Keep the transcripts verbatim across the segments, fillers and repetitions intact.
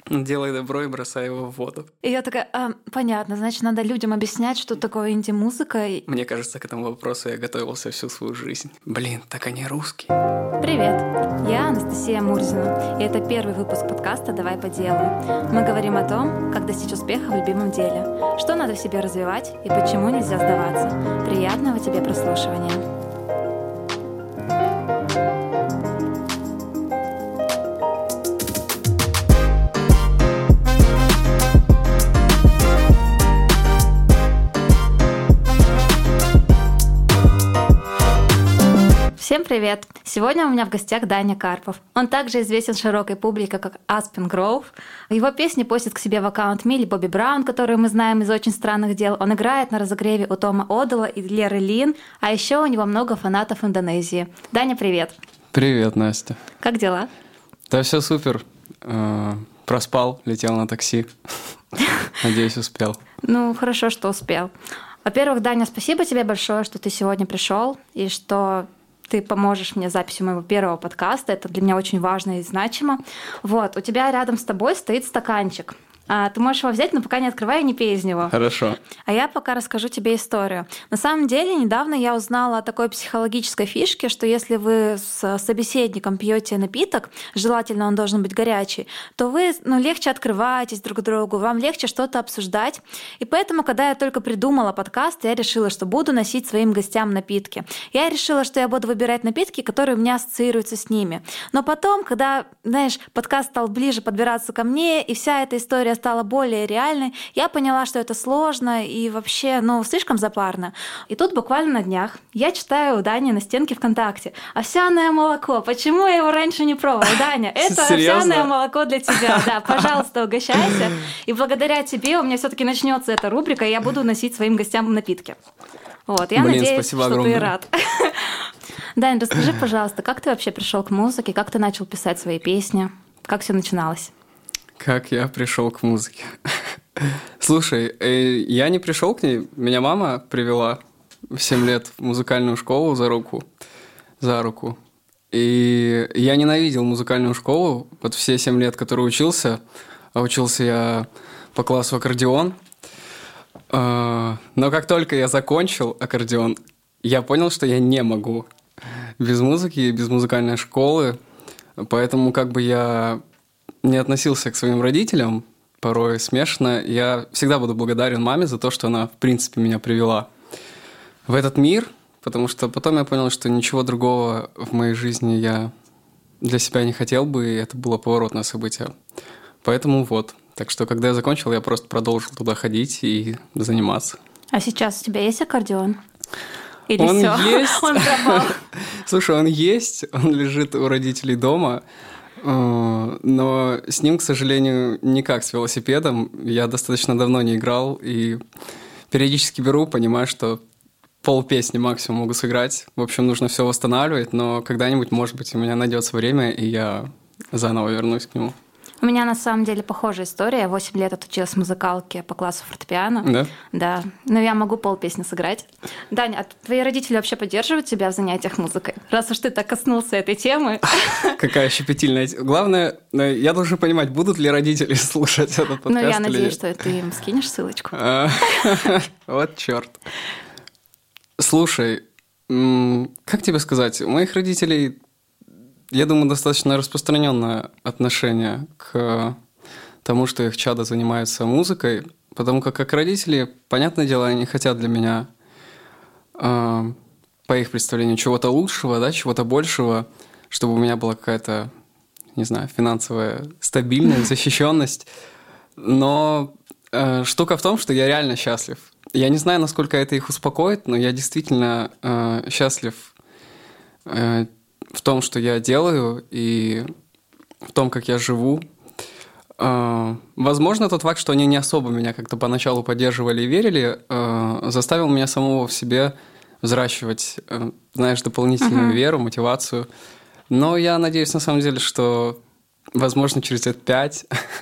Делай добро и бросай его в воду. И я такая, а, понятно, значит, надо людям объяснять, что такое инди-музыка. Мне кажется, к этому вопросу я готовился всю свою жизнь. Блин, так они русские. Привет, я Анастасия Мурзина, и это первый выпуск подкаста «Давай по делу». Мы говорим о том, как достичь успеха в любимом деле, что надо в себе развивать и почему нельзя сдаваться. Приятного тебе прослушивания. Всем привет! Сегодня у меня в гостях Даня Карпов. Он также известен широкой публике, как Aspen Grove. Его песни постят к себе в аккаунт Милли Бобби Браун, которую мы знаем из «Очень странных дел». Он играет на разогреве у Тома Одала и Леры Лин, а еще у него много фанатов Индонезии. Даня, привет! Привет, Настя. Как дела? Да все супер. Проспал, летел на такси. Надеюсь, успел. Ну, хорошо, что успел. Во-первых, Даня, спасибо тебе большое, что ты сегодня пришел и что ты поможешь мне с записью моего первого подкаста. Это для меня очень важно и значимо. Вот, у тебя рядом с тобой стоит стаканчик. А, ты можешь его взять, но пока не открывай и не пей из него. Хорошо. А я пока расскажу тебе историю. На самом деле, недавно я узнала о такой психологической фишке, что если вы с собеседником пьете напиток, желательно он должен быть горячий, то вы ну, легче открываетесь друг к другу, вам легче что-то обсуждать. И поэтому, когда я только придумала подкаст, я решила, что буду носить своим гостям напитки. Я решила, что я буду выбирать напитки, которые у меня ассоциируются с ними. Но потом, когда, знаешь, подкаст стал ближе подбираться ко мне, и вся эта история стала более реальной, я поняла, что это сложно и вообще, ну, слишком запарно. И тут буквально на днях я читаю у Дани на стенке ВКонтакте: овсяное молоко. Почему я его раньше не пробовала? Даня, это овсяное молоко для тебя. Да, пожалуйста, угощайся. И благодаря тебе у меня все-таки начнется эта рубрика, и я буду носить своим гостям напитки. Вот, я Блин, надеюсь, что огромное. Ты огромное. рад. Дань, расскажи, пожалуйста, как ты вообще пришел к музыке, как ты начал писать свои песни, как все начиналось? Как я пришел к музыке? Слушай, я не пришел к ней, меня мама привела в семь лет в музыкальную школу за руку, за руку. И я ненавидел музыкальную школу, вот все семь лет, которые учился, а учился я по классу аккордеон. Но как только я закончил аккордеон, я понял, что я не могу без музыки, без музыкальной школы, поэтому как бы я не относился к своим родителям, порой смешно. Я всегда буду благодарен маме за то, что она, в принципе, меня привела в этот мир, потому что потом я понял, что ничего другого в моей жизни я для себя не хотел бы, и это было поворотное событие. Поэтому вот. Так что, когда я закончил, я просто продолжил туда ходить и заниматься. А сейчас у тебя есть аккордеон? Или он всё? есть. Он пропал? Слушай, он есть, он лежит у родителей дома. Но с ним, к сожалению, не как с велосипедом. Я достаточно давно не играл и периодически беру, понимаю, что пол песни максимум могу сыграть. В общем, нужно все восстанавливать, но когда-нибудь, может быть, у меня найдется время, и я заново вернусь к нему. У меня на самом деле похожая история. Я восемь лет отучилась в музыкалке по классу фортепиано. Да? Да. Но я могу полпесни сыграть. Даня, а твои родители вообще поддерживают тебя в занятиях музыкой? Раз уж ты так коснулся этой темы. Какая щепетильная тема. Главное, я должен понимать, будут ли родители слушать этот подкаст. Ну, я надеюсь, что ты им скинешь ссылочку. Вот черт. Слушай, как тебе сказать, у моих родителей, я думаю, достаточно распространенное отношение к тому, что их чадо занимается музыкой, потому как как родители, понятное дело, они хотят для меня, э, по их представлению, чего-то лучшего, да, чего-то большего, чтобы у меня была какая-то, не знаю, финансовая стабильность, защищенность. Но э, штука в том, что я реально счастлив. Я не знаю, насколько это их успокоит, но я действительно э, счастлив э, в том, что я делаю, и в том, как я живу. Возможно, тот факт, что они не особо меня как-то поначалу поддерживали и верили, заставил меня самого в себе взращивать, знаешь, дополнительную uh-huh. веру, мотивацию. Но я надеюсь, на самом деле, что, возможно, через лет пять,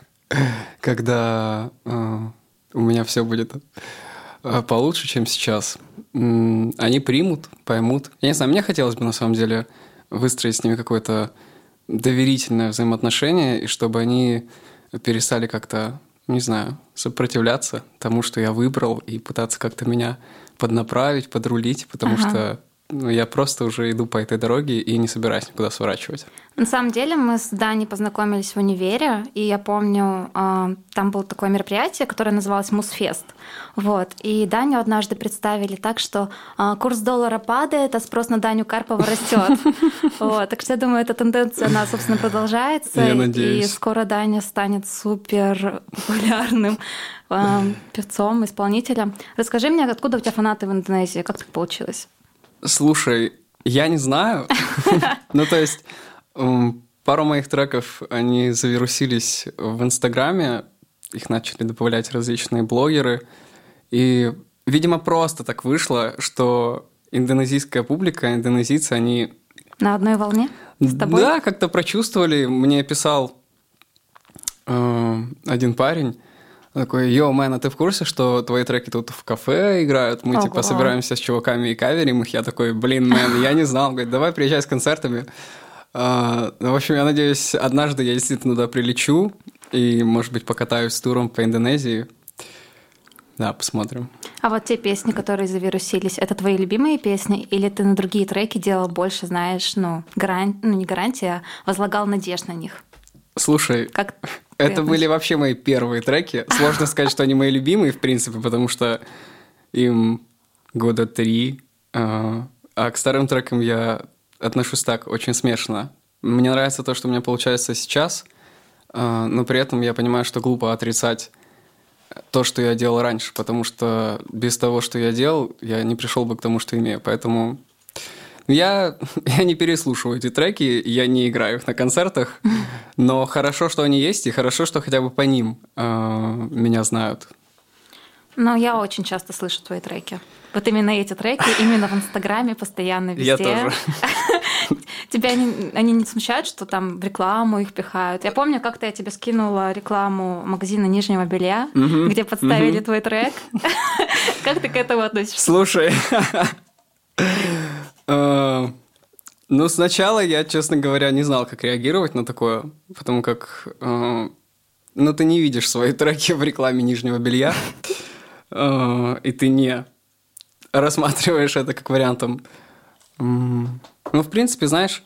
когда у меня все будет получше, чем сейчас, они примут, поймут. Я не знаю, мне хотелось бы, на самом деле, выстроить с ними какое-то доверительное взаимоотношение, и чтобы они перестали как-то, не знаю, сопротивляться тому, что я выбрал, и пытаться как-то меня поднаправить, подрулить, потому Ага. что ну, я просто уже иду по этой дороге и не собираюсь никуда сворачивать. На самом деле мы с Даней познакомились в универе, и я помню, э, там было такое мероприятие, которое называлось Музфест. Вот. И Даню однажды представили так, что э, курс доллара падает, а спрос на Даню Карпова растет. Вот. Так что я думаю, эта тенденция, она, собственно, продолжается. Я И надеюсь. скоро Даня станет супер популярным э, певцом, исполнителем. Расскажи мне, откуда у тебя фанаты в Индонезии? Как так получилось? Слушай, я не знаю. Ну, то есть, м, пару моих треков, они завирусились в Инстаграме, их начали добавлять различные блогеры, и, видимо, просто так вышло, что индонезийская публика, индонезийцы, они... На одной волне с тобой? Да, как-то прочувствовали. Мне писал э, один парень, такой: «Йоу, мэн, а ты в курсе, что твои треки тут в кафе играют? Мы, Ого. типа, собираемся с чуваками и каверим их». Я такой: «Блин, мэн, я не знал». Говорит: «Давай приезжай с концертами». А, ну, в общем, я надеюсь, однажды я действительно туда прилечу и, может быть, покатаюсь с туром по Индонезии. Да, посмотрим. А вот те песни, которые завирусились, это твои любимые песни? Или ты на другие треки делал больше, знаешь, ну, гаран... ну не гарантия, а возлагал надежд на них? Слушай, Как ты это относишься? были вообще мои первые треки. Сложно сказать, что они мои любимые, в принципе, потому что им года три. А а к старым трекам я отношусь так, очень смешно. Мне нравится то, что у меня получается сейчас, а, но при этом я понимаю, что глупо отрицать то, что я делал раньше, потому что без того, что я делал, я не пришел бы к тому, что имею. Поэтому я, я не переслушиваю эти треки, я не играю их на концертах, но хорошо, что они есть, и хорошо, что хотя бы по ним э, меня знают. Ну, я очень часто слышу твои треки. Вот именно эти треки, именно в Инстаграме, постоянно везде. Я тоже. Тебя они, они не смущают, что там в рекламу их пихают? Я помню, как-то я тебе скинула рекламу магазина нижнего белья, Мгм, где подставили мгм. твой трек. Как ты к этому относишься? Слушай, э, ну, сначала я, честно говоря, не знал, как реагировать на такое, потому как, э, ну, ты не видишь свои треки в рекламе нижнего белья, э, и ты не рассматриваешь это как вариантом. М, Ну, в принципе, знаешь,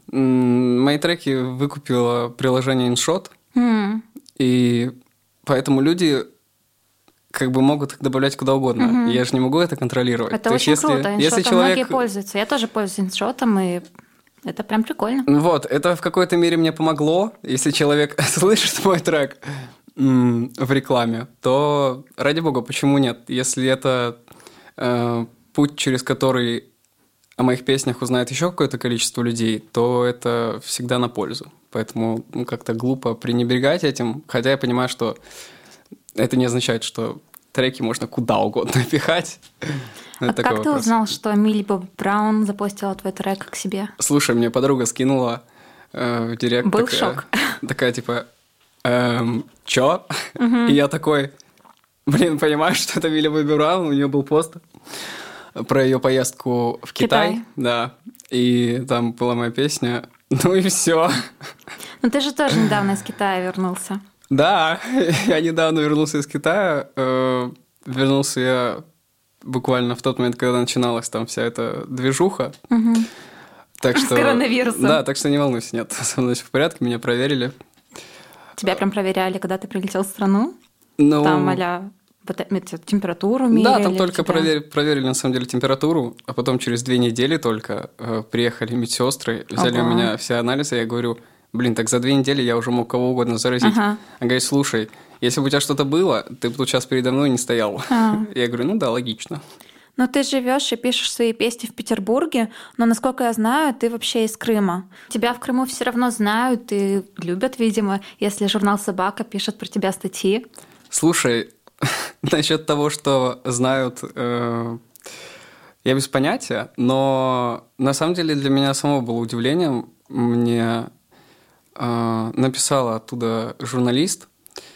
м, мои треки выкупило приложение InShot, М. и поэтому люди как бы могут их добавлять куда угодно. Мгм. Я же не могу это контролировать. Это То есть, очень если, круто. если InShot'ом человек... многие пользуются. Я тоже пользуюсь InShot'ом, и это прям прикольно. Вот, это в какой-то мере мне помогло. Если человек слышит мой трек м, в рекламе, то, ради бога, почему нет? Если это э, путь, через который о моих песнях узнает еще какое-то количество людей, то это всегда на пользу. Поэтому ну, как-то глупо пренебрегать этим, хотя я понимаю, что это не означает, что треки можно куда угодно пихать. А Это как такой ты вопрос. узнал, что Милли Бобби Браун запостила твой трек к себе? Слушай, мне подруга скинула э, в директ. Был такая, шок. Такая типа, эм, чё? И я такой, блин, понимаешь, что это Милли Бобби Браун, у нее был пост про ее поездку в Китай. Китай. Да, и там была моя песня, ну и все. Ну ты же тоже недавно из Китая вернулся. Да, я недавно вернулся из Китая. э, Вернулся я буквально в тот момент, когда начиналась там вся эта движуха. Мгм. Так С что, коронавирусом. Да, так что не волнуйся, нет, со мной все в порядке, меня проверили. Тебя прям проверяли, когда ты прилетел в страну? Ну, Там а-ля вот эти- температуру мерили? да, там только тебя? проверили, проверили на самом деле температуру, а потом через две недели только э, приехали медсестры, взяли Ого. у меня все анализы, я говорю, блин, так за две недели я уже мог кого угодно заразить. Ага. Она говорит, слушай, если бы у тебя что-то было, ты бы тут сейчас передо мной не стоял. А. Я говорю, ну да, логично. Но ты живешь и пишешь свои песни в Петербурге, но, насколько я знаю, ты вообще из Крыма. Тебя в Крыму все равно знают и любят, видимо, если журнал «Собака» пишет про тебя статьи. Слушай, насчет того, что знают, э, я без понятия, но на самом деле для меня самого было удивлением. Мне э, написала оттуда журналист,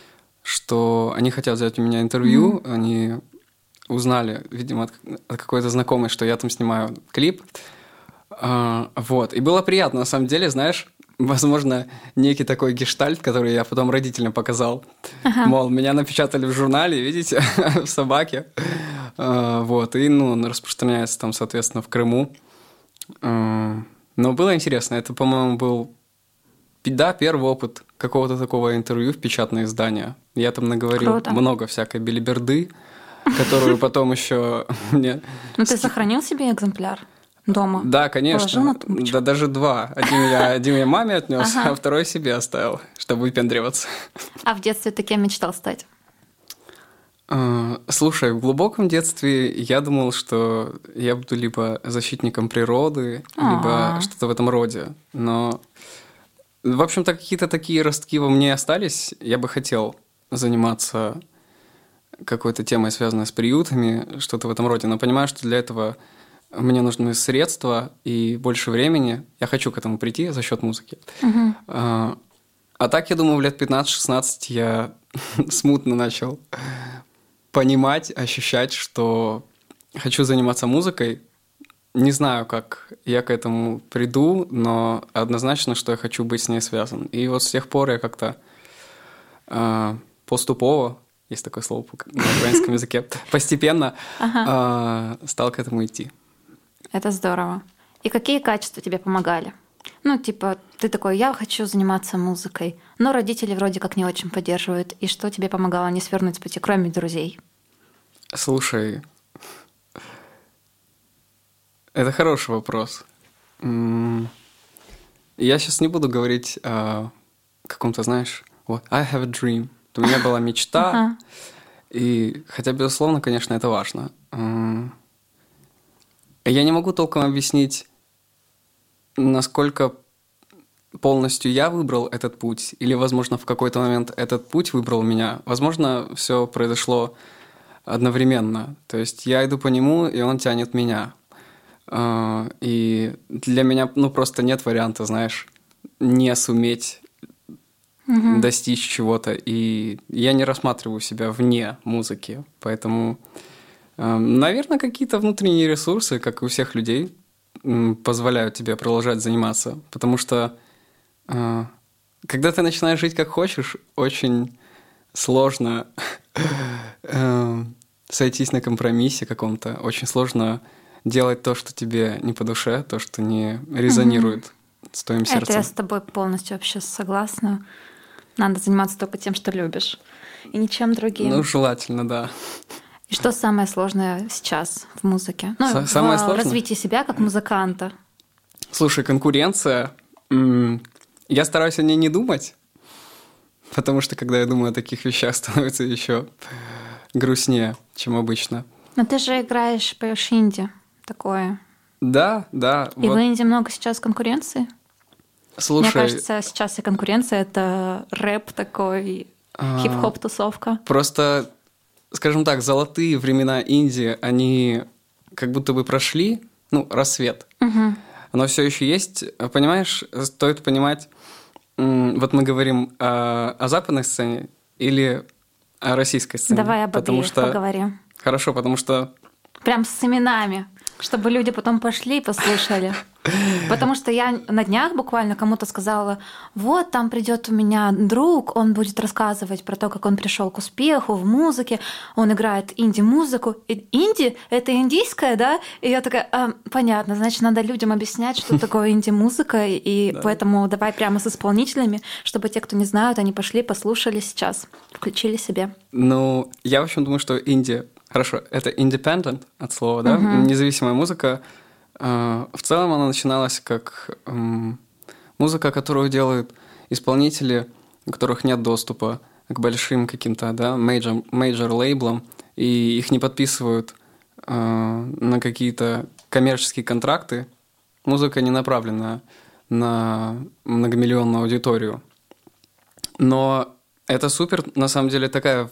что они хотят взять у меня интервью, mm-hmm. они узнали, видимо, от, от какой-то знакомой, что я там снимаю клип. Э, вот. И было приятно, на самом деле, знаешь, возможно, некий такой гештальт, который я потом родителям показал. Ага. Мол, меня напечатали в журнале, видите, в «Собаке». Вот, и, ну, он распространяется там, соответственно, в Крыму. Но было интересно. Это, по-моему, был, да, первый опыт какого-то такого интервью в печатное издание. Я там наговорил Круто. много всякой белиберды, которую потом еще мне... Ну, ты сохранил себе экземпляр дома? Да, конечно. Да, даже два. Один я, один я маме отнес, ага. а второй себе оставил, чтобы выпендриваться. А в детстве ты кем мечтал стать? Слушай, в глубоком детстве я думал, что я буду либо защитником природы, А-а-а. либо что-то в этом роде. Но, в общем-то, какие-то такие ростки во мне остались. Я бы хотел заниматься какой-то темой, связанной с приютами, что-то в этом роде. Но понимаю, что для этого мне нужны средства и больше времени. Я хочу к этому прийти за счет музыки. Угу. А, а так, я думаю, в лет пятнадцать-шестнадцать я смутно начал понимать, ощущать, что хочу заниматься музыкой. Не знаю, как я к этому приду, но однозначно, что я хочу быть с ней связан. И вот с тех пор я как-то э, поступово, есть такое слово на украинском языке, постепенно ага. э, стал к этому идти. Это здорово. И какие качества тебе помогали? Ну, типа, ты такой, я хочу заниматься музыкой, но родители вроде как не очень поддерживают. И что тебе помогало не свернуть с пути, кроме друзей? Слушай, это хороший вопрос. Я сейчас не буду говорить о каком-то, знаешь, вот, I have a dream. У меня была мечта, uh-huh. и хотя, безусловно, конечно, это важно. Я не могу толком объяснить, насколько полностью я выбрал этот путь, или, возможно, в какой-то момент этот путь выбрал меня. Возможно, все произошло одновременно. То есть я иду по нему, и он тянет меня. И для меня, ну, просто нет варианта, знаешь, не суметь угу. достичь чего-то. И я не рассматриваю себя вне музыки. Поэтому, наверное, какие-то внутренние ресурсы, как и у всех людей, позволяют тебе продолжать заниматься. Потому что когда ты начинаешь жить как хочешь, очень сложно сойтись на компромиссе каком-то. Очень сложно делать то, что тебе не по душе, то, что не резонирует mm-hmm. с твоим сердцем. Это я с тобой полностью вообще согласна. Надо заниматься только тем, что любишь, и ничем другим. Ну, желательно, да. И что самое сложное сейчас в музыке? Ну, С- самое в сложное? развитии себя как музыканта. Слушай, конкуренция. Я стараюсь о ней не думать, потому что, когда я думаю о таких вещах, становится еще грустнее, чем обычно. Но ты же играешь, поешь инди такое. Да, да. И вот. В инди много сейчас конкуренции? Слушай... Мне кажется, сейчас и конкуренция — это рэп такой, а... хип-хоп-тусовка. Просто, скажем так, золотые времена инди, они как будто бы прошли, ну, рассвет. Угу. Оно все еще есть. Понимаешь, стоит понимать, вот мы говорим о, о западной сцене или о российской сцене. Давай об потому обеих что... поговорим. Хорошо, потому что... Прям с именами, чтобы люди потом пошли и послушали. Потому что я на днях буквально кому-то сказала, вот там придет у меня друг, он будет рассказывать про то, как он пришел к успеху в музыке, он играет инди-музыку. И инди — это индийская, да? И я такая, а, понятно, значит, надо людям объяснять, что такое инди-музыка, и да. Поэтому давай прямо с исполнителями, чтобы те, кто не знают, они пошли, послушали сейчас, включили себе. Ну, я, в общем, думаю, что инди... Хорошо, это independent от слова, да? Uh-huh. Независимая музыка. В целом она начиналась как музыка, которую делают исполнители, у которых нет доступа к большим каким-то, да, major, major лейблам, и их не подписывают на какие-то коммерческие контракты. Музыка не направлена на многомиллионную аудиторию. Но это супер, на самом деле, такая...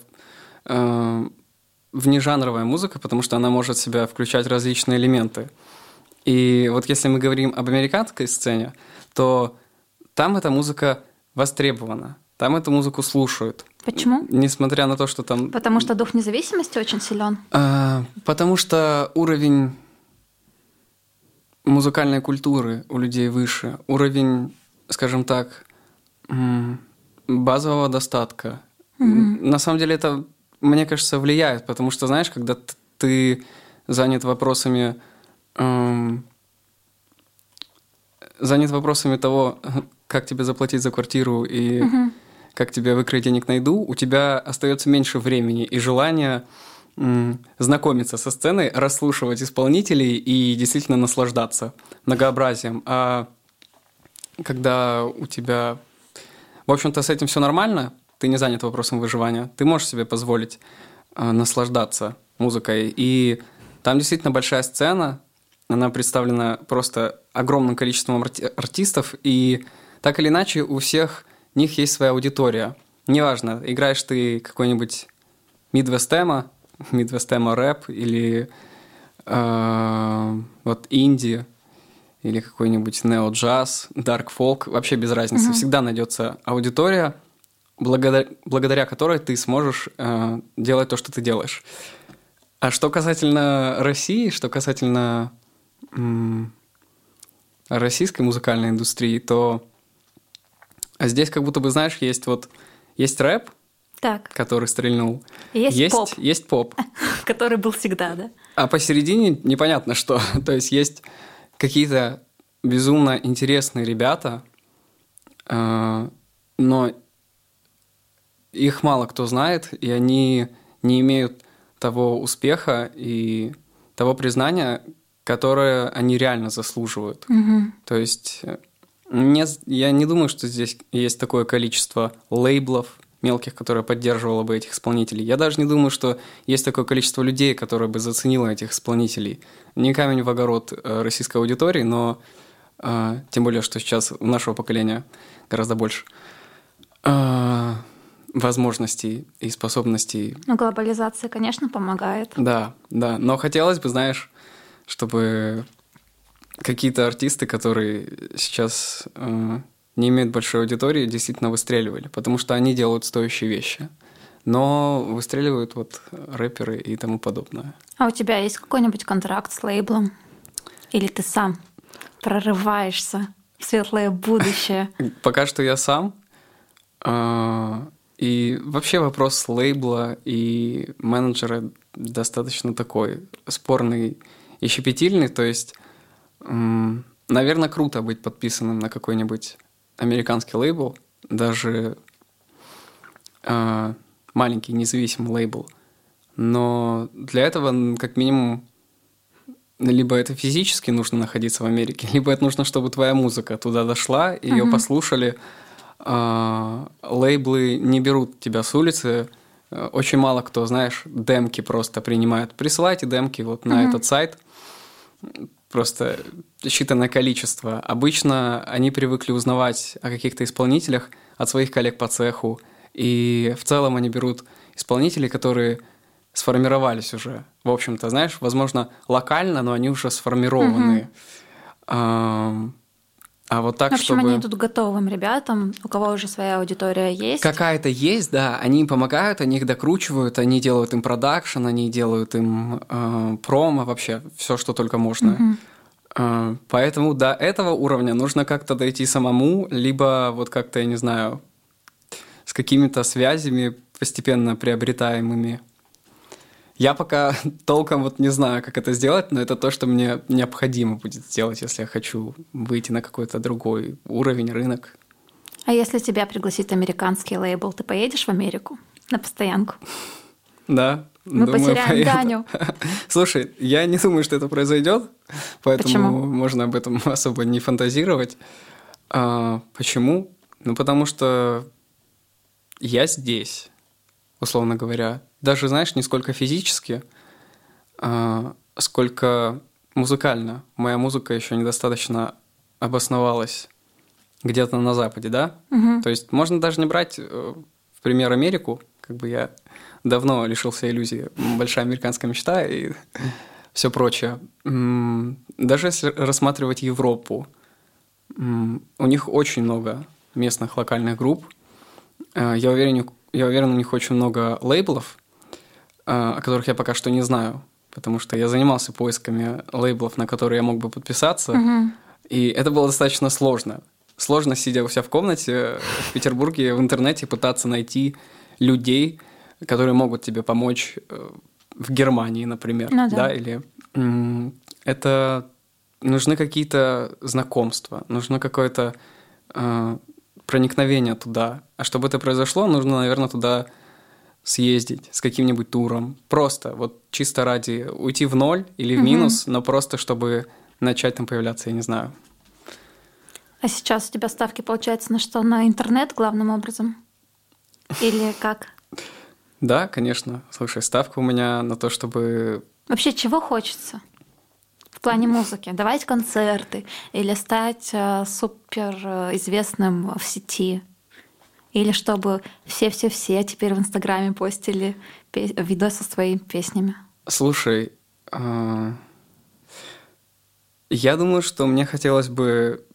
внежанровая музыка, потому что она может в себя включать различные элементы. И вот если мы говорим об американской сцене, то там эта музыка востребована, там эту музыку слушают. Почему? Несмотря на то, что там... Потому что дух независимости очень силен. А, потому что уровень музыкальной культуры у людей выше, уровень скажем так, базового достатка. Mm-hmm. На самом деле это, мне кажется, влияет, потому что, знаешь, когда ты занят вопросами, эм, занят вопросами того, как тебе заплатить за квартиру и mm-hmm. как тебе выкроить денег на еду, у тебя остается меньше времени и желания м, знакомиться со сценой, расслушивать исполнителей и действительно наслаждаться многообразием. А когда у тебя... В общем-то, с этим все нормально, ты не занят вопросом выживания, ты можешь себе позволить э, наслаждаться музыкой. И там действительно большая сцена, она представлена просто огромным количеством арти- артистов, и так или иначе у всех них есть своя аудитория. Неважно, играешь ты какой-нибудь мидвест-эмо, мидвест-эмо рэп или э, вот инди, или какой-нибудь нео-джаз, дарк-фолк, вообще без разницы. Mm-hmm. Всегда найдется аудитория, благодаря, благодаря которой ты сможешь э, делать то, что ты делаешь. А что касательно России, что касательно м- российской музыкальной индустрии, то здесь как будто бы, знаешь, есть вот есть рэп, так. который стрельнул. Есть, есть поп. Есть поп. Который был всегда, да? А посередине непонятно что. То есть есть какие-то безумно интересные ребята, э, но их мало кто знает, и они не имеют того успеха и того признания, которое они реально заслуживают. Mm-hmm. То есть не, я не думаю, что здесь есть такое количество лейблов мелких, которые поддерживало бы этих исполнителей. Я даже не думаю, что есть такое количество людей, которые бы заценило этих исполнителей. Не камень в огород российской аудитории, но э, тем более, что сейчас у нашего поколения гораздо больше э, возможностей и способностей. Ну, глобализация, конечно, помогает. Да, да. Но хотелось бы, знаешь, чтобы какие-то артисты, которые сейчас э, не имеют большой аудитории, действительно выстреливали, потому что они делают стоящие вещи. Но выстреливают вот рэперы и тому подобное. А у тебя есть какой-нибудь контракт с лейблом? Или ты сам прорываешься в светлое будущее? Пока что я сам. И вообще вопрос лейбла и менеджера достаточно такой спорный и щепетильный. То есть, наверное, круто быть подписанным на какой-нибудь американский лейбл, даже э, маленький независимый лейбл. Но для этого, как минимум, либо это физически нужно находиться в Америке, либо это нужно, чтобы твоя музыка туда дошла, ее uh-huh. послушали. Э, лейблы не берут тебя с улицы. Очень мало кто, знаешь, демки просто принимают. Присылайте демки вот на uh-huh. этот сайт. Просто считанное количество. Обычно они привыкли узнавать о каких-то исполнителях от своих коллег по цеху. И в целом они берут исполнителей, которые сформировались уже. В общем-то, знаешь, возможно, локально, но они уже сформированы. Mm-hmm. А, а вот так, в общем, чтобы... они идут готовым ребятам, у кого уже своя аудитория есть. Какая-то есть, да. Они им помогают, они их докручивают, они делают им продакшн, они делают им э, промо, вообще все, что только можно. Mm-hmm. Э, поэтому до этого уровня нужно как-то дойти самому, либо вот как-то, я не знаю, с какими-то связями постепенно приобретаемыми. Я пока толком вот не знаю, как это сделать, но это то, что мне необходимо будет сделать, если я хочу выйти на какой-то другой уровень, рынок. А если тебя пригласит американский лейбл, ты поедешь в Америку на постоянку? Да. Мы думаю, потеряем поеду. Даню. Слушай, я не думаю, что это произойдет, поэтому почему? Можно об этом особо не фантазировать. А, почему? Ну, потому что я здесь, условно говоря. Даже, знаешь, не сколько физически, а сколько музыкально. Моя музыка еще недостаточно обосновалась где-то на Западе, да? Угу. То есть можно даже не брать в пример Америку, как бы я давно лишился иллюзии, большая американская мечта и все прочее. Даже если рассматривать Европу, у них очень много местных локальных групп. Я уверен, я уверен, у них очень много лейблов, о которых я пока что не знаю, потому что я занимался поисками лейблов, на которые я мог бы подписаться, угу. и это было достаточно сложно. сложно, сидя у себя в комнате в Петербурге, в интернете пытаться найти людей, которые могут тебе помочь в Германии, например. Ну, да. Да, или это нужны какие-то знакомства, нужно какое-то э, проникновение туда. А чтобы это произошло, нужно, наверное, туда съездить с каким-нибудь туром. Просто, вот чисто ради уйти в ноль или в минус, угу. но просто чтобы начать там появляться, я не знаю. А сейчас у тебя ставки, получается, на что? На интернет главным образом? Или как? Да, конечно. Слушай, ставка у меня на то, чтобы... Вообще, чего хочется в плане музыки? Давать концерты или стать э, супер известным в сети? Или чтобы все-все-все теперь в Инстаграме постили пес... видосы со своими песнями? Слушай, э... я думаю, что мне хотелось бы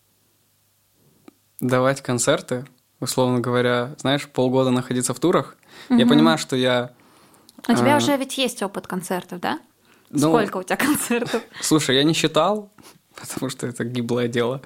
давать концерты, условно говоря, знаешь, полгода находиться в турах. Угу. Я понимаю, что я... У тебя а... уже ведь есть опыт концертов, да? Ну, сколько у тебя концертов? Слушай, я не считал, потому что это гиблое дело.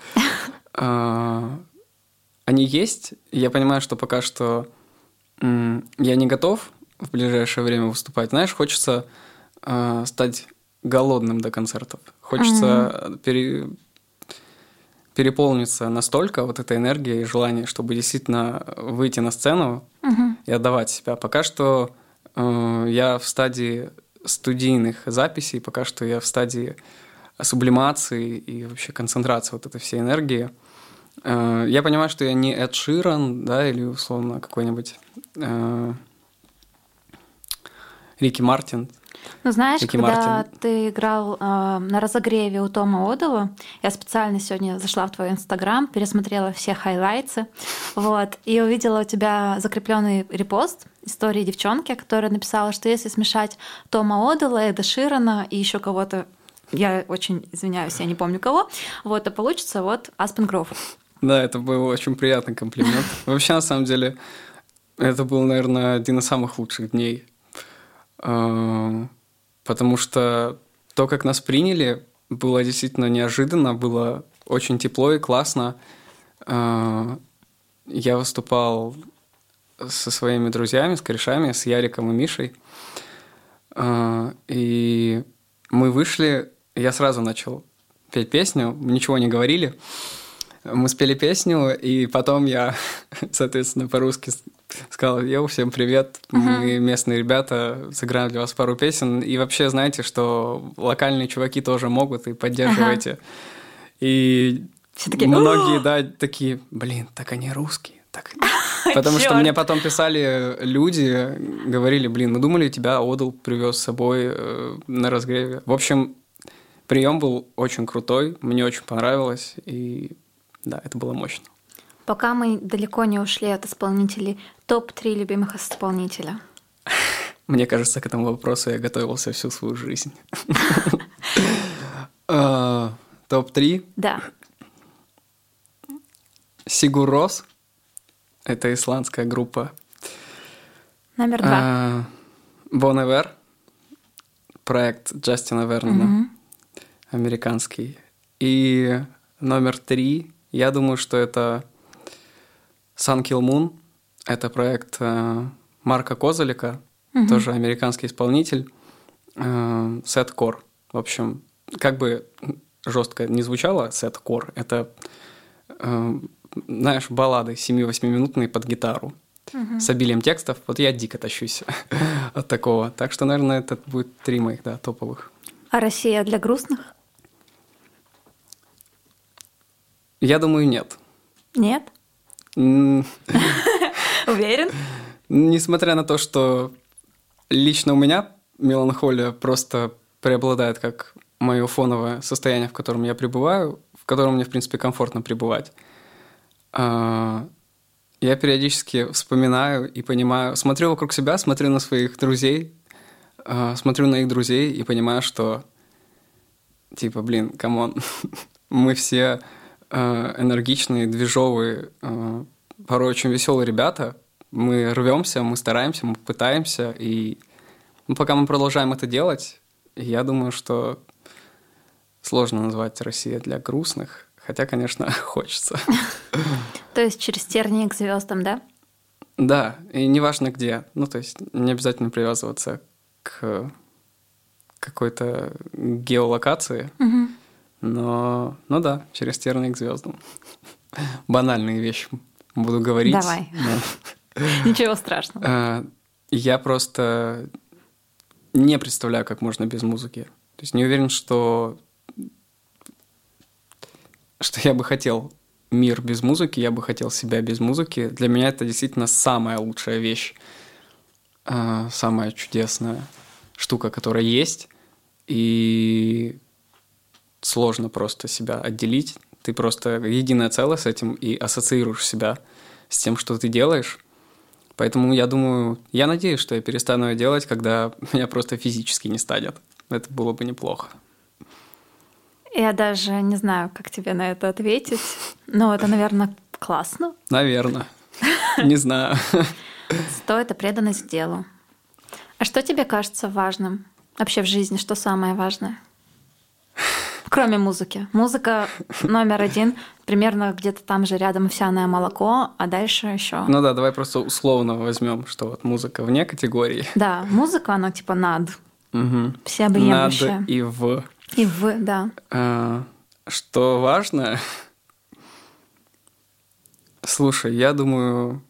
Они есть. Я понимаю, что пока что я не готов в ближайшее время выступать. Знаешь, хочется стать голодным до концертов. Хочется пере... переполниться настолько вот этой энергией и желанием, чтобы действительно выйти на сцену угу. и отдавать себя. Пока что э, я в стадии студийных записей, пока что я в стадии сублимации и вообще концентрации вот этой всей энергии. Э, я понимаю, что я не Эд Ширан, да, или условно какой-нибудь э, Рики Мартин. Ну, знаешь, Рики когда Мартин. ты играл э, на разогреве у Тома Одала, я специально сегодня зашла в твой Инстаграм, пересмотрела все хайлайтсы, вот, и увидела у тебя закрепленный репост истории девчонки, которая написала, что если смешать Тома Одала, Эда Ширана и еще кого-то, я очень извиняюсь, я не помню кого, вот, то получится вот Aspen Grove. Да, это был очень приятный комплимент. Вообще, на самом деле, это был, наверное, один из самых лучших дней. Потому что то, как нас приняли, было действительно неожиданно, было очень тепло и классно. Я выступал со своими друзьями, с корешами, с Яриком и Мишей. И мы вышли, я сразу начал петь песню, ничего не говорили. Мы спели песню, и потом я, соответственно, по-русски сказал: «Йоу, всем привет, uh-huh. мы местные ребята, сыграем для вас пару песен». И вообще, знаете, что локальные чуваки тоже могут, и поддерживайте. Uh-huh. И все такие, многие, да, такие: блин, так они русские. Так... Потому что мне потом писали люди, говорили: блин, мы думали, тебя Одал привез с собой э, на разгреве. В общем, прием был очень крутой, мне очень понравилось, и да, это было мощно. Пока мы далеко не ушли от исполнителей, топ три любимых исполнителя. Мне кажется, к этому вопросу я готовился всю свою жизнь. топ три? Да. Сигур Рос. Это исландская группа. Номер два. Bon Iver. Проект Джастина Вернона. Американский. И номер три, я думаю, что это Sun Kill Moon. Это проект э, Марка Козалика, угу. тоже американский исполнитель. Э, сет-кор. В общем, как бы жестко не звучало, сет-кор. Это, э, знаешь, баллады семи-восьмиминутные под гитару. Угу. С обилием текстов. Вот я дико тащусь от такого. Так что, наверное, это будет три моих, да, топовых. А Россия для грустных? Я думаю, нет. Нет? Уверен? Несмотря на то, что лично у меня меланхолия просто преобладает как мое фоновое состояние, в котором я пребываю, в котором мне, в принципе, комфортно пребывать. Я периодически вспоминаю и понимаю, смотрю вокруг себя, смотрю на своих друзей, смотрю на их друзей и понимаю, что типа, блин, камон, мы все энергичные, движовые, порой очень веселые ребята. Мы рвемся, мы стараемся, мы пытаемся, и ну, пока мы продолжаем это делать, я думаю, что сложно назвать Россию для грустных, Хотя, конечно, хочется. То есть через тернии к звездам, да? Да, и неважно где. Ну, то есть не обязательно привязываться к какой-то геолокации, угу. но, ну да, через тернии к звездам. Банальные вещи буду говорить. Давай. Но... Ничего страшного. Я просто не представляю, как можно без музыки. То есть не уверен, что, что я бы хотел мир без музыки, я бы хотел себя без музыки. Для меня это действительно самая лучшая вещь, самая чудесная штука, которая есть, и сложно просто себя отделить. Ты просто единое целое с этим и ассоциируешь себя с тем, что ты делаешь. Поэтому я думаю, я надеюсь, что я перестану это делать, когда меня просто физически не станет. Это было бы неплохо. Я даже не знаю, как тебе на это ответить, но это, наверное, классно. Наверное. Не знаю. Стоит и преданность делу. А что тебе кажется важным вообще в жизни? Что самое важное? Кроме музыки. Музыка номер один, примерно где-то там же рядом овсяное молоко, а дальше еще. Ну да, давай просто условно возьмем, что вот музыка вне категории. Да, музыка, она типа над. Угу. Всеобъемлющая. Над и в. И в, да. А, что важно? Слушай, я думаю,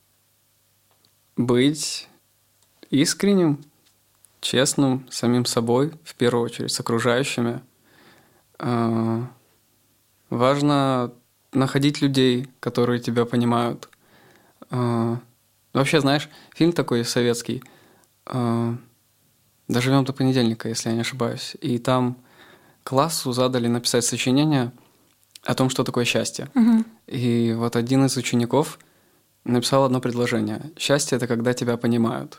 быть искренним, честным, самим собой, в первую очередь, с окружающими. А, важно находить людей, которые тебя понимают. А, вообще, знаешь, фильм такой советский а, «Доживем до понедельника», если я не ошибаюсь. И там классу задали написать сочинение о том, что такое счастье. Угу. И вот один из учеников написал одно предложение. Счастье — это когда тебя понимают.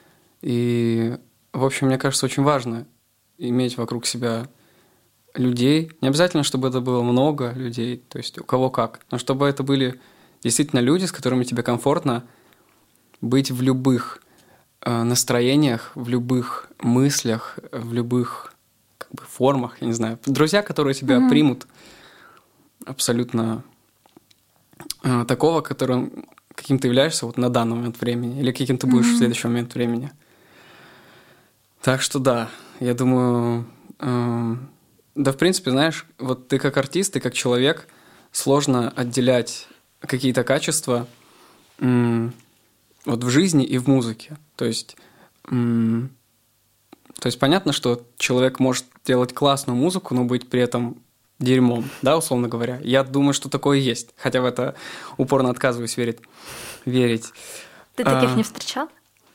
И, в общем, мне кажется, очень важно иметь вокруг себя людей. Не обязательно, чтобы это было много людей, то есть у кого как, но чтобы это были действительно люди, с которыми тебе комфортно быть в любых э, настроениях, в любых мыслях, в любых как бы, формах, я не знаю. Друзья, которые тебя mm-hmm. примут абсолютно э, такого, которым, каким ты являешься вот на данный момент времени, или каким ты будешь mm-hmm. в следующий момент времени. Так что да, я думаю... Э, да, в принципе, знаешь, вот ты как артист, ты как человек, сложно отделять какие-то качества м- вот в жизни и в музыке. То есть, м- то есть понятно, что человек может делать классную музыку, но быть при этом дерьмом, да, условно говоря. Я думаю, что такое есть, хотя в это упорно отказываюсь верить. верить. Ты таких а, не встречал?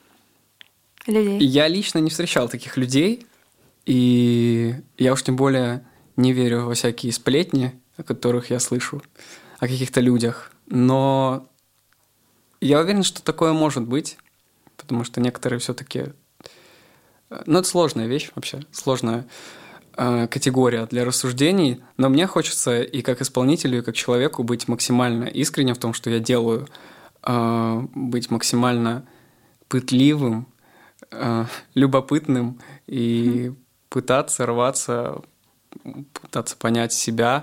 Людей? Я лично не встречал таких людей. И я уж тем более не верю во всякие сплетни, о которых я слышу, о каких-то людях. Но я уверен, что такое может быть, потому что некоторые все-таки... Ну, это сложная вещь вообще, сложная э, категория для рассуждений. Но мне хочется и как исполнителю, и как человеку быть максимально искренним в том, что я делаю, э, быть максимально пытливым, э, любопытным и... пытаться рваться, пытаться понять себя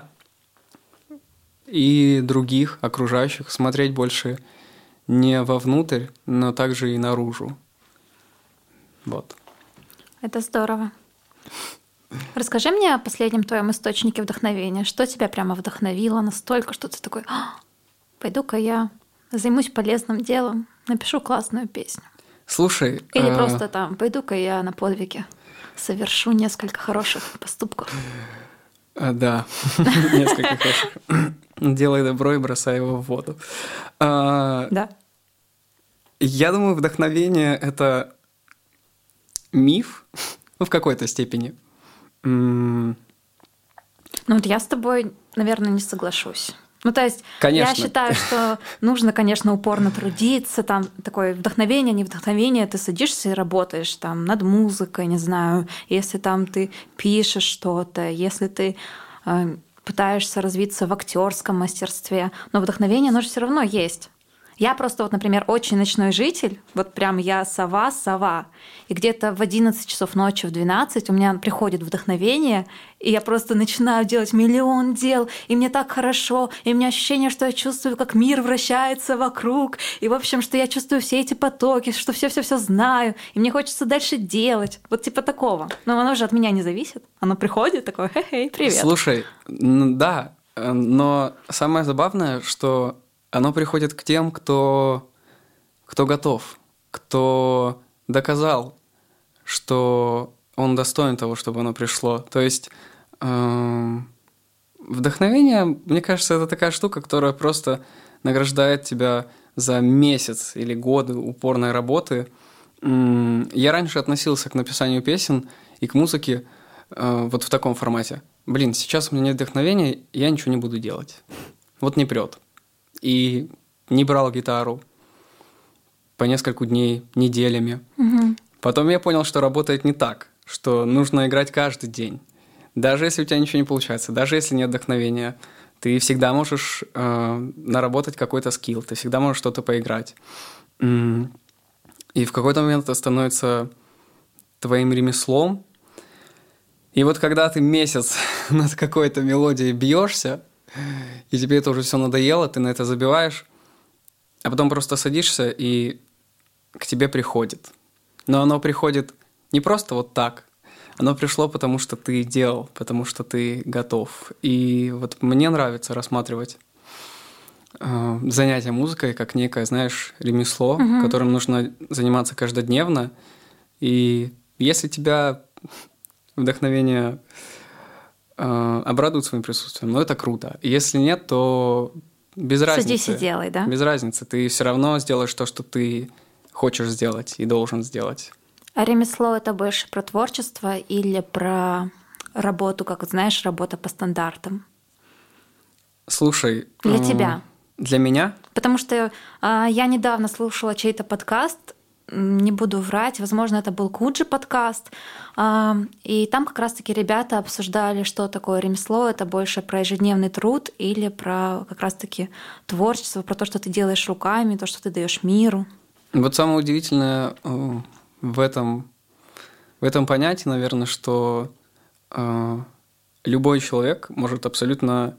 и других окружающих, смотреть больше не вовнутрь, но также и наружу. Вот. Это здорово. Расскажи мне о последнем твоем источнике вдохновения. Что тебя прямо вдохновило настолько, что ты такой: пойду-ка я займусь полезным делом, напишу классную песню. Слушай... Или а... просто там, пойду-ка я на подвиги совершу несколько хороших поступков. А, да, несколько хороших. Делай добро и бросай его в воду. А, да. Я думаю, вдохновение — это миф, ну, в какой-то степени. Ну, вот я с тобой, наверное, не соглашусь. Ну, то есть конечно. Я считаю, что нужно, конечно, упорно трудиться, там такое вдохновение, не вдохновение, ты садишься и работаешь там над музыкой, не знаю, если там ты пишешь что-то, если ты э, пытаешься развиться в актерском мастерстве, но вдохновение, оно же все равно есть. Я просто вот, например, очень ночной житель, вот прям я сова-сова, и где-то в одиннадцать часов ночи, в двенадцать у меня приходит вдохновение, и я просто начинаю делать миллион дел, и мне так хорошо, и у меня ощущение, что я чувствую, как мир вращается вокруг, и, в общем, что я чувствую все эти потоки, что все-все-все знаю, и мне хочется дальше делать, вот типа такого. Но оно же от меня не зависит, оно приходит такое, хе-хей, привет. Слушай, да, но самое забавное, что оно приходит к тем, кто, кто готов, кто доказал, что он достоин того, чтобы оно пришло. То есть э, вдохновение, мне кажется, это такая штука, которая просто награждает тебя за месяц или годы упорной работы. Я раньше относился к написанию песен и к музыке э, вот в таком формате. Блин, сейчас у меня нет вдохновения, я ничего не буду делать. Вот не прет. И не брал гитару по несколько дней, неделями. Угу. Потом я понял, что работает не так, что нужно играть каждый день. Даже если у тебя ничего не получается, даже если нет вдохновения, ты всегда можешь э, наработать какой-то скилл, ты всегда можешь что-то поиграть. И в какой-то момент это становится твоим ремеслом. И вот когда ты месяц над какой-то мелодией бьешься, и тебе это уже все надоело, ты на это забиваешь, а потом просто садишься, и к тебе приходит. Но оно приходит не просто вот так, оно пришло, потому что ты делал, потому что ты готов. И вот мне нравится рассматривать э, занятия музыкой как некое, знаешь, ремесло, угу. которым нужно заниматься каждодневно. И если тебя вдохновение обрадуют своим присутствием, но это круто. И если нет, то без разницы. Садись и делай, да? Без разницы. Ты все равно сделаешь то, что ты хочешь сделать и должен сделать. А ремесло — это больше про творчество или про работу, как, знаешь, работа по стандартам? Слушай... Для э- тебя? Для меня? Потому что э- я недавно слушала чей-то подкаст, не буду врать, возможно, это был Куджи подкаст, и там как раз-таки ребята обсуждали, что такое ремесло, это больше про ежедневный труд или про как раз-таки творчество, про то, что ты делаешь руками, то, что ты даешь миру. Вот самое удивительное в этом, в этом понятии, наверное, что любой человек может абсолютно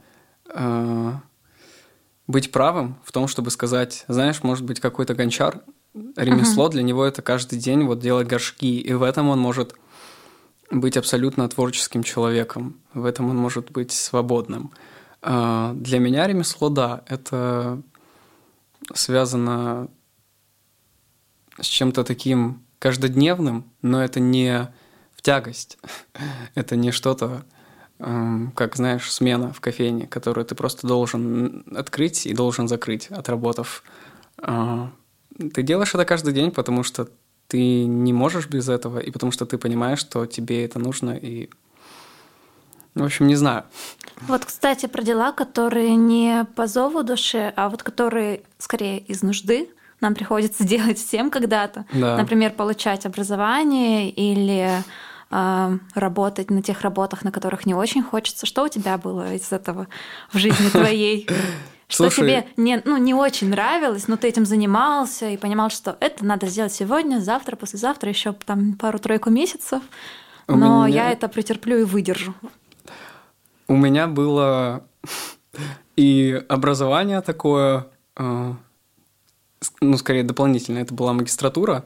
быть правым в том, чтобы сказать, знаешь, может быть, какой-то гончар, ремесло uh-huh. для него это каждый день вот делать горшки, и в этом он может быть абсолютно творческим человеком, в этом он может быть свободным. А для меня ремесло, да, это связано с чем-то таким каждодневным, но это не в тягость, это не что-то, как, знаешь, смена в кофейне, которую ты просто должен открыть и должен закрыть, отработав. Ты делаешь это каждый день, потому что ты не можешь без этого, и потому что ты понимаешь, что тебе это нужно, и... В общем, не знаю. Вот, кстати, про дела, которые не по зову души, а вот которые скорее из нужды, нам приходится делать всем когда-то. Да. Например, получать образование или э, работать на тех работах, на которых не очень хочется. Что у тебя было из этого в жизни твоей? Что Слушай, тебе не, ну, не очень нравилось, но ты этим занимался и понимал, что это надо сделать сегодня, завтра, послезавтра, еще там пару-тройку месяцев, но меня... я это претерплю и выдержу. У меня было и образование такое, ну, скорее дополнительное, это была магистратура.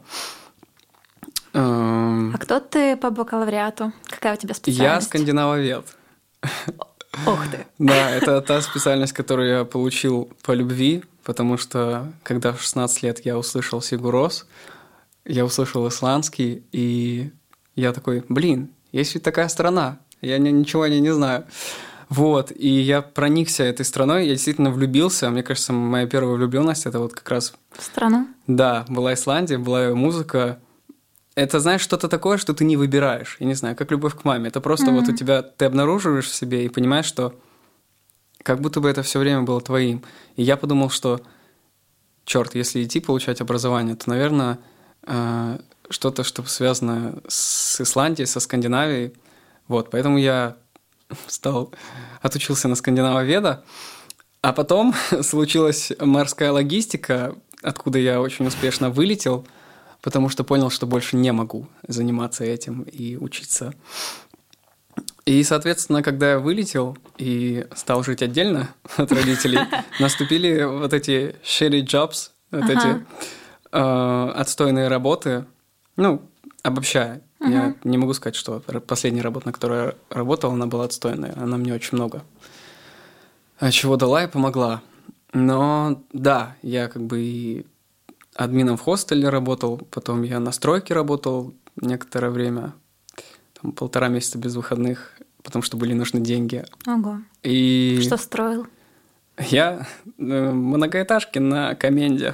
А кто ты по бакалавриату? Какая у тебя специальность? Я скандинавовед. Ох ты! Да, это та специальность, которую я получил по любви, потому что когда в шестнадцать лет я услышал Сигур Рос, я услышал исландский, и я такой, блин, есть ведь такая страна, я ничего о ней не знаю. Вот, и я проникся этой страной, я действительно влюбился. Мне кажется, моя первая влюбленность это вот как раз... В страну? Да, была Исландия, была ее музыка. Это, знаешь, что-то такое, что ты не выбираешь. Я не знаю, как любовь к маме. Это просто mm-hmm. вот у тебя, ты обнаруживаешь в себе и понимаешь, что как будто бы это все время было твоим. И я подумал, что, черт, если идти получать образование, то, наверное, что-то, что связано с Исландией, со Скандинавией. Вот, поэтому я стал, отучился на скандинавоведа. А потом случилась морская логистика, откуда я очень успешно вылетел, потому что понял, что больше не могу заниматься этим и учиться. И, соответственно, когда я вылетел и стал жить отдельно от родителей, наступили вот эти shitty jobs, вот ага. эти э, отстойные работы. Ну, обобщая, ага. я не могу сказать, что последняя работа, на которой я работал, она была отстойная. Она мне очень много чего дала и помогла. Но да, я как бы и админом в хостеле работал, потом я на стройке работал некоторое время, там, полтора месяца без выходных, потому что были нужны деньги. Ого. И что строил? Я многоэтажки на Коменде.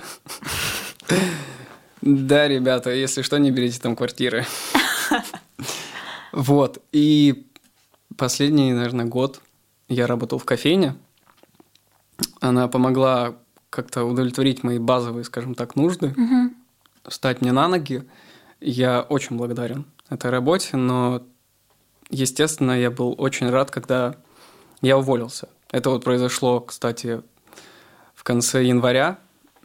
Да, ребята, если что, не берите там квартиры. Вот. И последний, наверное, год я работал в кофейне. Она помогла как-то удовлетворить мои базовые, скажем так, нужды, угу. встать мне на ноги. Я очень благодарен этой работе, но, естественно, я был очень рад, когда я уволился. Это вот произошло, кстати, в конце января.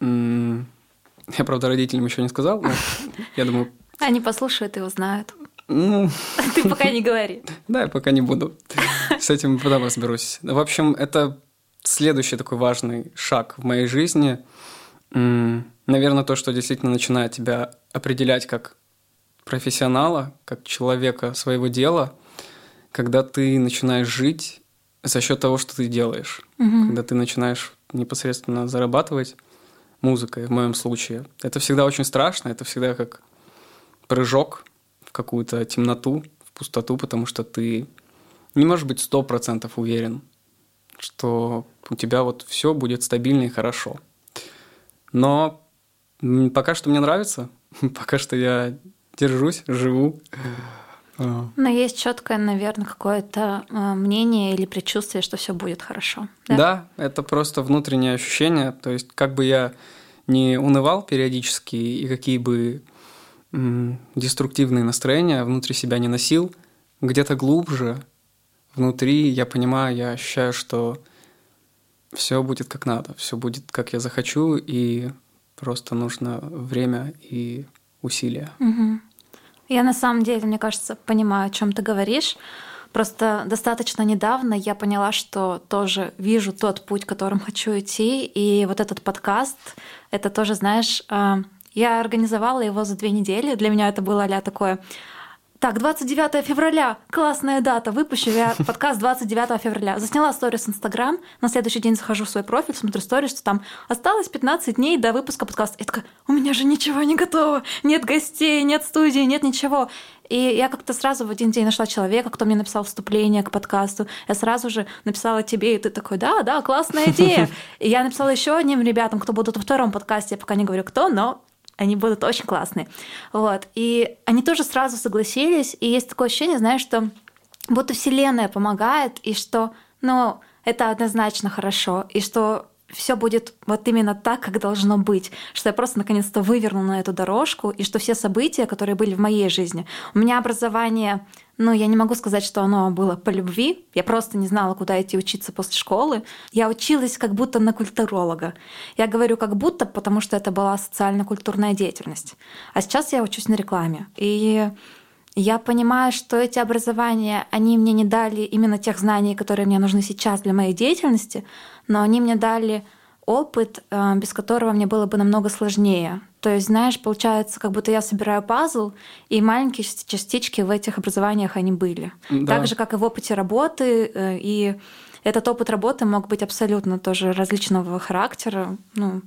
Я, правда, родителям еще не сказал, но я думаю... Они послушают и узнают. Ну... Ты пока не говори. Да, я пока не буду. С этим потом разберусь. В общем, это следующий такой важный шаг в моей жизни. Наверное, то, что действительно начинает тебя определять как профессионала, как человека своего дела, когда ты начинаешь жить за счет того, что ты делаешь. Угу. Когда ты начинаешь непосредственно зарабатывать музыкой, в моем случае. Это всегда очень страшно, это всегда как прыжок в какую-то темноту, в пустоту, потому что ты не можешь быть сто процентов уверен, что у тебя вот все будет стабильно и хорошо. Но пока что мне нравится, пока что я держусь, живу. Но есть четкое, наверное, какое-то мнение или предчувствие, что все будет хорошо. Да? Да, это просто внутреннее ощущение. То есть, как бы я ни унывал периодически и какие бы м, деструктивные настроения внутри себя не носил, где-то глубже внутри я понимаю, я ощущаю, что все будет как надо, все будет как я захочу, и просто нужно время и усилия. Угу. Я на самом деле, мне кажется, понимаю, о чем ты говоришь. Просто достаточно недавно я поняла, что тоже вижу тот путь, которым хочу идти. И вот этот подкаст, это тоже, знаешь, я организовала его за две недели. Для меня это было а-ля такое... Так, двадцать девятого февраля, классная дата, выпущу я подкаст двадцать девятого февраля. Засняла сторис в Инстаграм, на следующий день захожу в свой профиль, смотрю сторис, что там осталось пятнадцать дней до выпуска подкаста. Я такая, у меня же ничего не готово, нет гостей, нет студии, нет ничего. И я как-то сразу в один день нашла человека, кто мне написал вступление к подкасту. Я сразу же написала тебе, и ты такой, да, да, классная идея. И я написала еще одним ребятам, кто будут во втором подкасте, я пока не говорю кто, но... Они будут очень классные. Вот. И они тоже сразу согласились. И есть такое ощущение, знаешь, что будто Вселенная помогает, и что ну, это однозначно хорошо, и что все будет вот именно так, как должно быть, что я просто наконец-то выверну на эту дорожку, и что все события, которые были в моей жизни, у меня образование, ну, я не могу сказать, что оно было по любви, я просто не знала, куда идти учиться после школы. Я училась как будто на культуролога. Я говорю как будто, потому что это была социально-культурная деятельность. А сейчас я учусь на рекламе. И я понимаю, что эти образования, они мне не дали именно тех знаний, которые мне нужны сейчас для моей деятельности, но они мне дали опыт, без которого мне было бы намного сложнее. То есть, знаешь, получается, как будто я собираю пазл, и маленькие частички в этих образованиях они были. Да. Так же, как и в опыте работы, и этот опыт работы мог быть абсолютно тоже различного характера. Ну,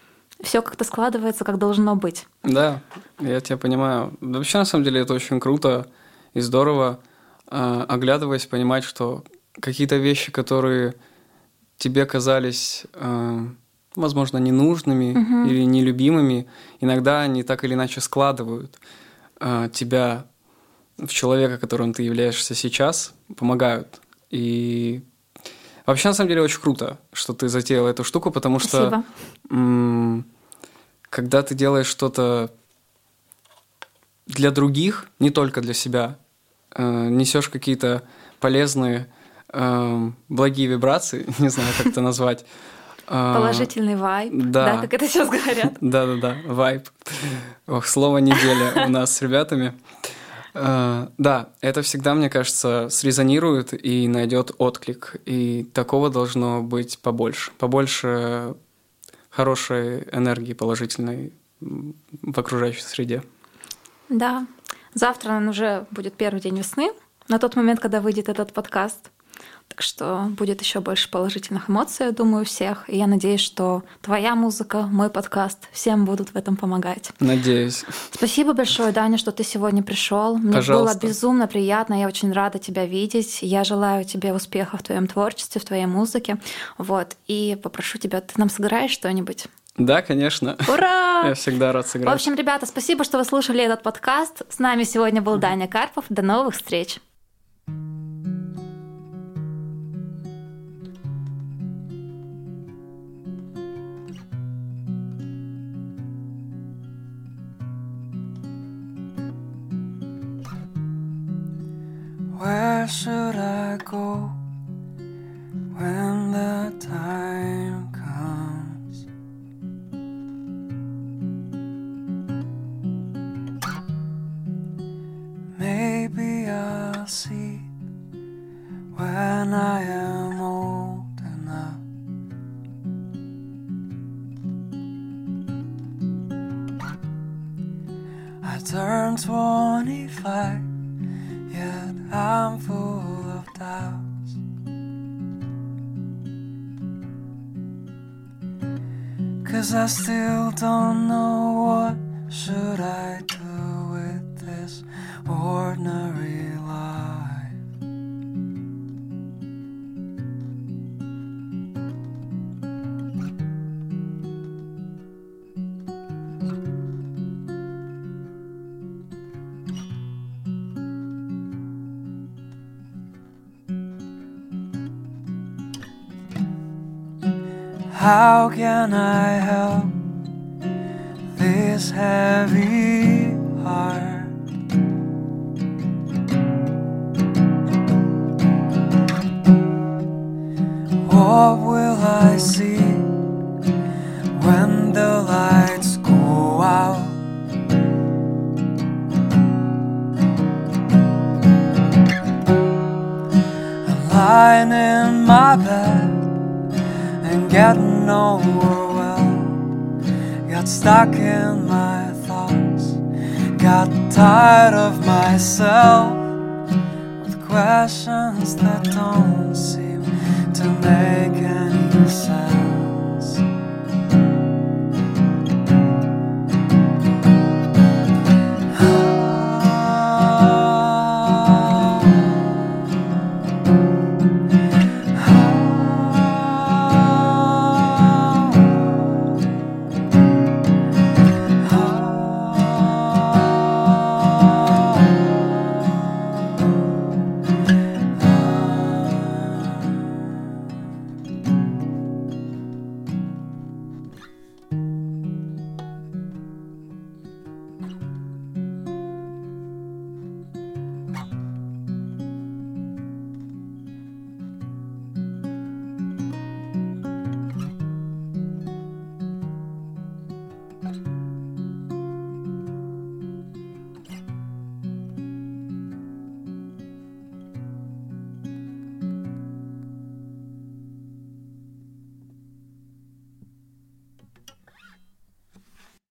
все как-то складывается, как должно быть. Да, я тебя понимаю. Вообще, на самом деле, это очень круто и здорово, оглядываясь, понимать, что какие-то вещи, которые тебе казались, возможно, ненужными угу. или нелюбимыми, иногда они так или иначе складывают тебя в человека, которым ты являешься сейчас, помогают. И вообще, на самом деле, очень круто, что ты затеял эту штуку, потому Спасибо. что м- когда ты делаешь что-то для других, не только для себя, э- несешь какие-то полезные э, благие вибрации, не знаю, как это назвать. Положительный вайб, да. да, как это сейчас говорят. Да-да-да, вайб. Ох, слово недели у нас с ребятами. Да, это всегда, мне кажется, срезонирует и найдет отклик. И такого должно быть побольше. Побольше хорошей энергии положительной в окружающей среде. Да. Завтра уже будет первый день весны, на тот момент, когда выйдет этот подкаст. Так что будет еще больше положительных эмоций, я думаю, у всех. И я надеюсь, что твоя музыка, мой подкаст всем будут в этом помогать. Надеюсь. Спасибо большое, Даня, что ты сегодня пришел. Мне Пожалуйста. было безумно приятно. Я очень рада тебя видеть. Я желаю тебе успеха в твоем творчестве, в твоей музыке. Вот. И попрошу тебя, ты нам сыграешь что-нибудь? Да, конечно. Ура! Я всегда рад сыграть. В общем, ребята, спасибо, что вы слушали этот подкаст. С нами сегодня был Даня Карпов. До новых встреч! Where should I go when the time comes? Maybe I'll see when I am old enough. I turned twenty-five, yet I'm full of doubts. 'Cause I still don't know what should I do with this ordinary life. How can I help this heavy heart? What will I see when the lights go out? I'm lying in my bed and getting overwhelmed. Got stuck in my thoughts, got tired of myself, with questions that don't seem to make any sense.